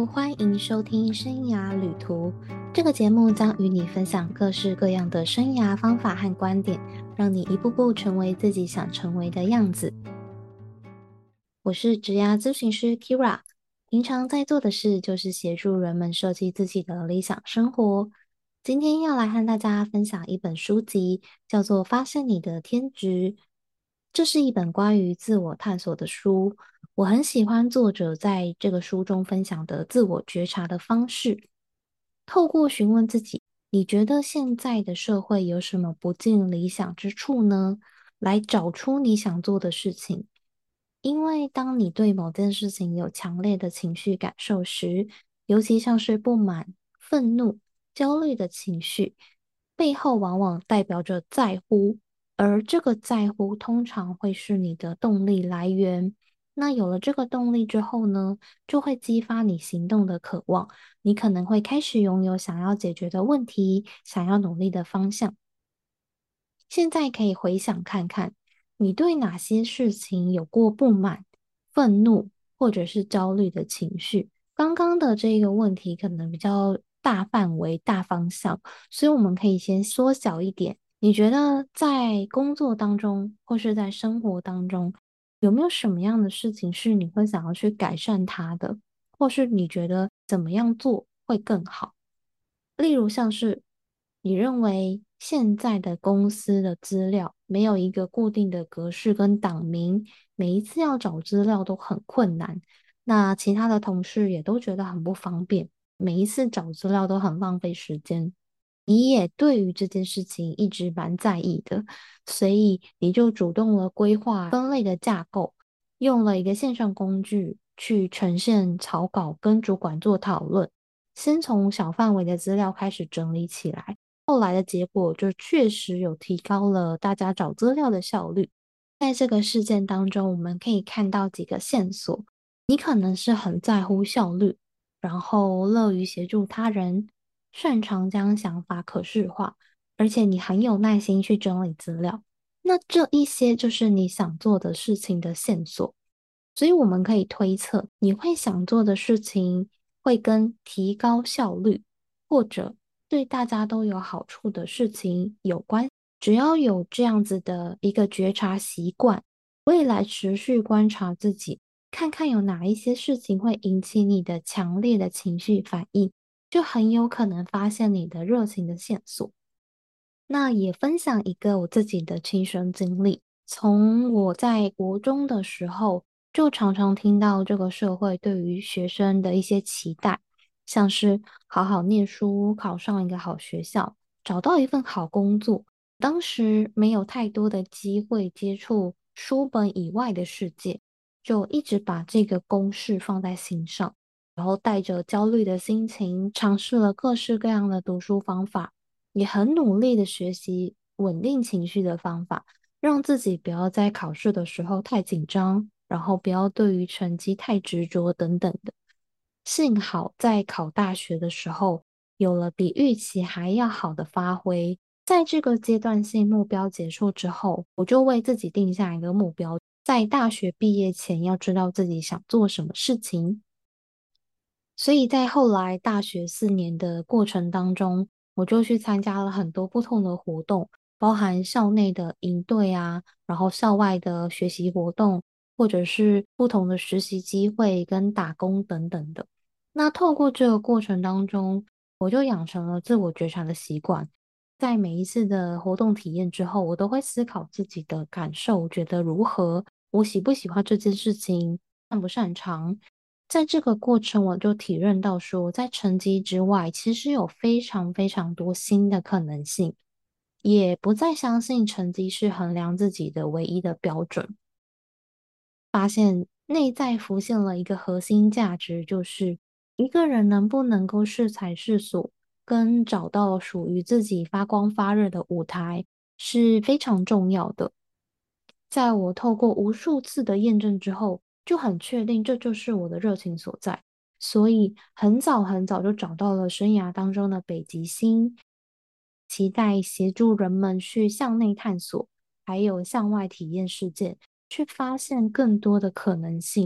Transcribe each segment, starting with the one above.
Hello，欢迎收听生涯旅途。这个节目将与你分享各式各样的生涯方法和观点，让你一步步成为自己想成为的样子。我是职涯咨询师 Kira，平常在做的事就是协助人们设计自己的理想生活。今天要来和大家分享一本书籍，叫做《发现你的天职》。这是一本关于自我探索的书。我很喜欢作者在这个书中分享的自我觉察的方式，透过询问自己，你觉得现在的社会有什么不尽理想之处呢？来找出你想做的事情。因为当你对某件事情有强烈的情绪感受时，尤其像是不满、愤怒、焦虑的情绪，背后往往代表着在乎，而这个在乎通常会是你的动力来源。那有了这个动力之后呢，就会激发你行动的渴望，你可能会开始拥有想要解决的问题，想要努力的方向。现在可以回想看看，你对哪些事情有过不满、愤怒或者是焦虑的情绪？刚刚的这个问题可能比较大范围、大方向，所以我们可以先缩小一点。你觉得在工作当中或是在生活当中，有没有什么样的事情是你会想要去改善它的，或是你觉得怎么样做会更好？例如像是你认为现在的公司的资料没有一个固定的格式跟档名，每一次要找资料都很困难，那其他的同事也都觉得很不方便，每一次找资料都很浪费时间。你也对于这件事情一直蛮在意的，所以你就主动了规划分类的架构，用了一个线上工具去呈现草稿，跟主管做讨论。先从小范围的资料开始整理起来，后来的结果就确实有提高了大家找资料的效率。在这个事件当中，我们可以看到几个线索：你可能是很在乎效率，然后乐于协助他人，擅长将想法可视化，而且你很有耐心去整理资料。那这一些就是你想做的事情的线索。所以我们可以推测，你会想做的事情会跟提高效率，或者对大家都有好处的事情有关。只要有这样子的一个觉察习惯，未来持续观察自己，看看有哪一些事情会引起你的强烈的情绪反应，就很有可能发现你的热情的线索。那也分享一个我自己的亲身经历。从我在国中的时候，就常常听到这个社会对于学生的一些期待，像是好好念书，考上一个好学校，找到一份好工作。当时没有太多的机会接触书本以外的世界，就一直把这个公式放在心上，然后带着焦虑的心情，尝试了各式各样的读书方法。也很努力的学习稳定情绪的方法，让自己不要在考试的时候太紧张，然后不要对于成绩太执着等等的。幸好在考大学的时候，有了比预期还要好的发挥。在这个阶段性目标结束之后，我就为自己定下一个目标，在大学毕业前要知道自己想做什么事情。所以在后来大学4年的过程当中，我就去参加了很多不同的活动，包含校内的营队啊，然后校外的学习活动，或者是不同的实习机会跟打工等等的。那透过这个过程当中，我就养成了自我觉察的习惯。在每一次的活动体验之后，我都会思考自己的感受，觉得如何，我喜不喜欢这件事情，擅不擅长。在这个过程，我就体认到说，在成绩之外，其实有非常非常多新的可能性，也不再相信成绩是衡量自己的唯一的标准。发现内在浮现了一个核心价值，就是一个人能不能够适才适所，跟找到属于自己发光发热的舞台是非常重要的。在我透过无数次的验证之后，就很确定这就是我的热情所在，所以很早很早就找到了生涯当中的北极星，期待协助人们去向内探索，还有向外体验世界，去发现更多的可能性。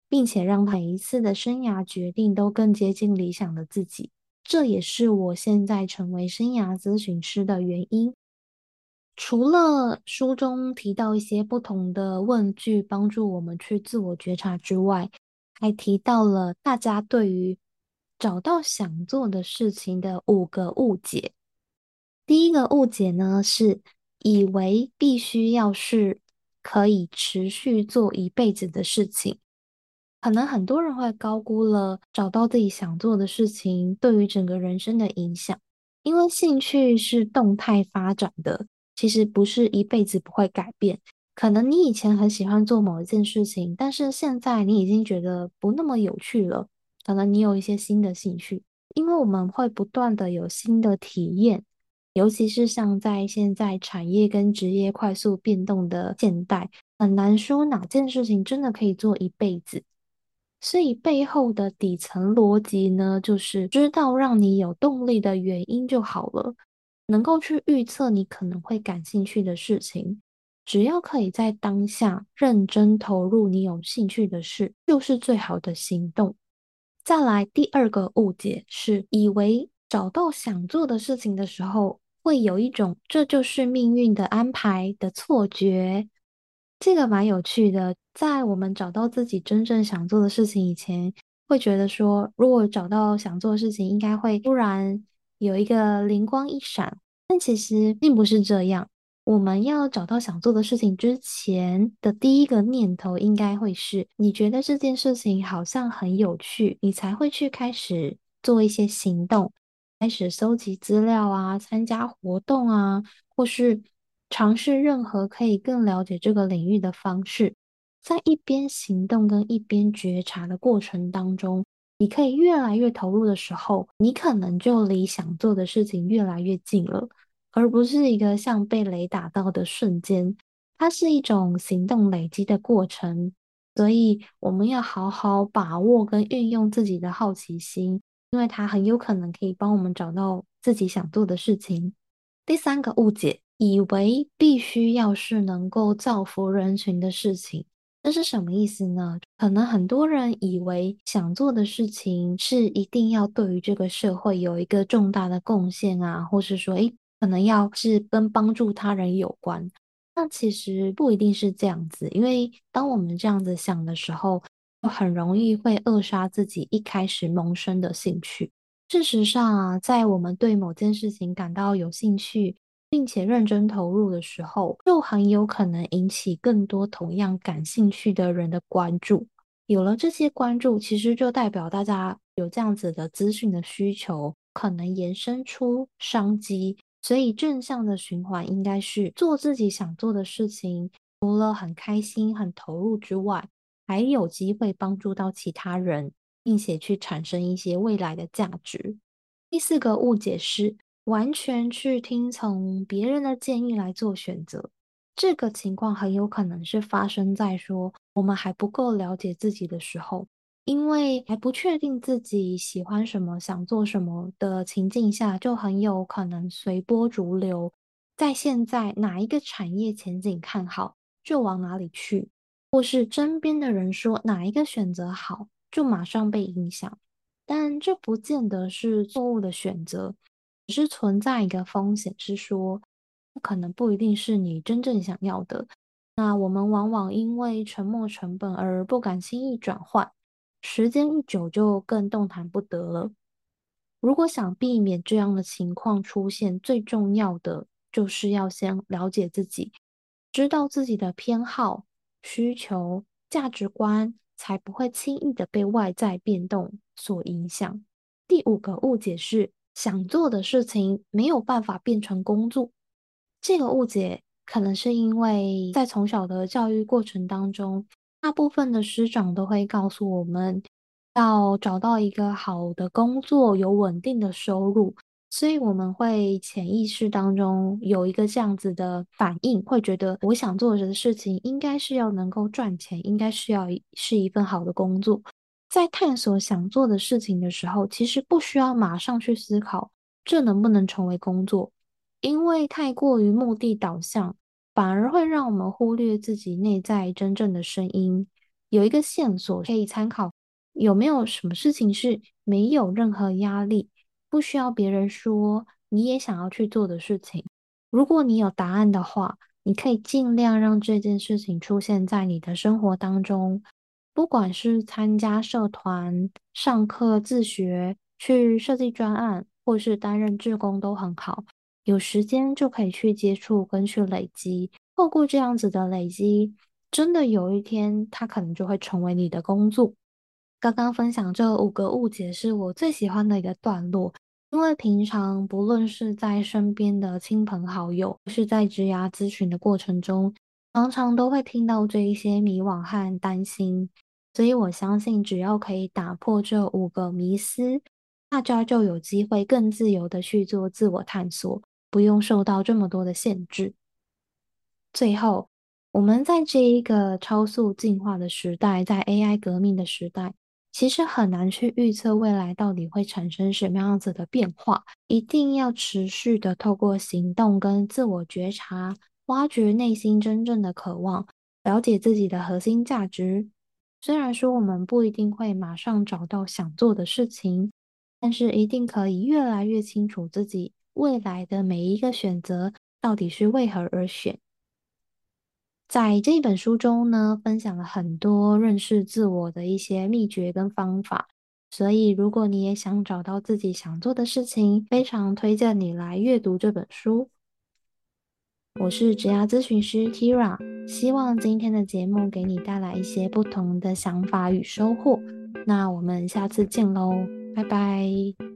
并且让每一次的生涯决定都更接近理想的自己。这也是我现在成为生涯咨询师的原因。除了书中提到一些不同的问句，帮助我们去自我觉察之外，还提到了大家对于找到想做的事情的5个误解。第一个误解呢，是以为必须要是可以持续做一辈子的事情。可能很多人会高估了找到自己想做的事情对于整个人生的影响，因为兴趣是动态发展的，其实不是一辈子不会改变。可能你以前很喜欢做某一件事情，但是现在你已经觉得不那么有趣了，可能你有一些新的兴趣，因为我们会不断的有新的体验。尤其是像在现在产业跟职业快速变动的现代，很难说哪件事情真的可以做一辈子。所以背后的底层逻辑呢，就是知道让你有动力的原因就好了，能够去预测你可能会感兴趣的事情，只要可以在当下认真投入你有兴趣的事，就是最好的行动。再来，第二个误解是以为找到想做的事情的时候，会有一种这就是命运的安排的错觉。这个蛮有趣的，在我们找到自己真正想做的事情以前，会觉得说，如果找到想做的事情，应该会突然有一个灵光一闪，但其实并不是这样。我们要找到想做的事情之前的第一个念头，应该会是你觉得这件事情好像很有趣，你才会去开始做一些行动，开始搜集资料啊，参加活动啊，或是尝试任何可以更了解这个领域的方式。在一边行动跟一边觉察的过程当中，你可以越来越投入的时候，你可能就离想做的事情越来越近了。而不是一个像被雷打到的瞬间，它是一种行动累积的过程。所以我们要好好把握跟运用自己的好奇心，因为它很有可能可以帮我们找到自己想做的事情。第三个误解，以为必须要是能够造福人群的事情，这是什么意思呢？可能很多人以为想做的事情是一定要对于这个社会有一个重大的贡献啊，或是说，可能要是跟帮助他人有关。那其实不一定是这样子，因为当我们这样子想的时候，就很容易会扼杀自己一开始萌生的兴趣。事实上啊，在我们对某件事情感到有兴趣，并且认真投入的时候，就很有可能引起更多同样感兴趣的人的关注。有了这些关注，其实就代表大家有这样子的资讯的需求，可能延伸出商机。所以正向的循环应该是做自己想做的事情，除了很开心、很投入之外，还有机会帮助到其他人，并且去产生一些未来的价值。第四个误解是完全去听从别人的建议来做选择。这个情况很有可能是发生在说我们还不够了解自己的时候，因为还不确定自己喜欢什么、想做什么的情境下，就很有可能随波逐流，在现在哪一个产业前景看好，就往哪里去，或是身边的人说哪一个选择好，就马上被影响。但这不见得是错误的选择，只是存在一个风险，是说可能不一定是你真正想要的。那我们往往因为沉没成本而不敢轻易转换，时间一久就更动弹不得了。如果想避免这样的情况出现，最重要的就是要先了解自己，知道自己的偏好、需求、价值观，才不会轻易的被外在变动所影响。第五个误解是，想做的事情没有办法变成工作。这个误解可能是因为在从小的教育过程当中，大部分的师长都会告诉我们，要找到一个好的工作，有稳定的收入，所以我们会潜意识当中有一个这样子的反应，会觉得我想做的事情应该是要能够赚钱，应该是要是一份好的工作。在探索想做的事情的时候，其实不需要马上去思考这能不能成为工作，因为太过于目的导向，反而会让我们忽略自己内在真正的声音。 有一个线索可以参考，有没有什么事情是没有任何压力，不需要别人说，你也想要去做的事情。如果你有答案的话，你可以尽量让这件事情出现在你的生活当中，不管是参加社团、上课自学、去设计专案，或是担任志工都很好。有时间就可以去接触跟去累积，透过这样子的累积，真的有一天它可能就会成为你的工作。刚刚分享这5个误解是我最喜欢的一个段落，因为平常不论是在身边的亲朋好友，是在职涯咨询的过程中，常常都会听到这一些迷惘和担心，所以我相信只要可以打破这5个迷思，大家就有机会更自由的去做自我探索，不用受到这么多的限制。最后，我们在这一个超速进化的时代，在 AI 革命的时代，其实很难去预测未来到底会产生什么样子的变化。一定要持续的透过行动跟自我觉察，挖掘内心真正的渴望，了解自己的核心价值。虽然说我们不一定会马上找到想做的事情，但是一定可以越来越清楚自己未来的每一个选择到底是为何而选。在这一本书中呢，分享了很多认识自我的一些秘诀跟方法，所以如果你也想找到自己想做的事情，非常推荐你来阅读这本书。我是职涯咨询师 Kira，希望今天的节目给你带来一些不同的想法与收获。那我们下次见喽，拜拜。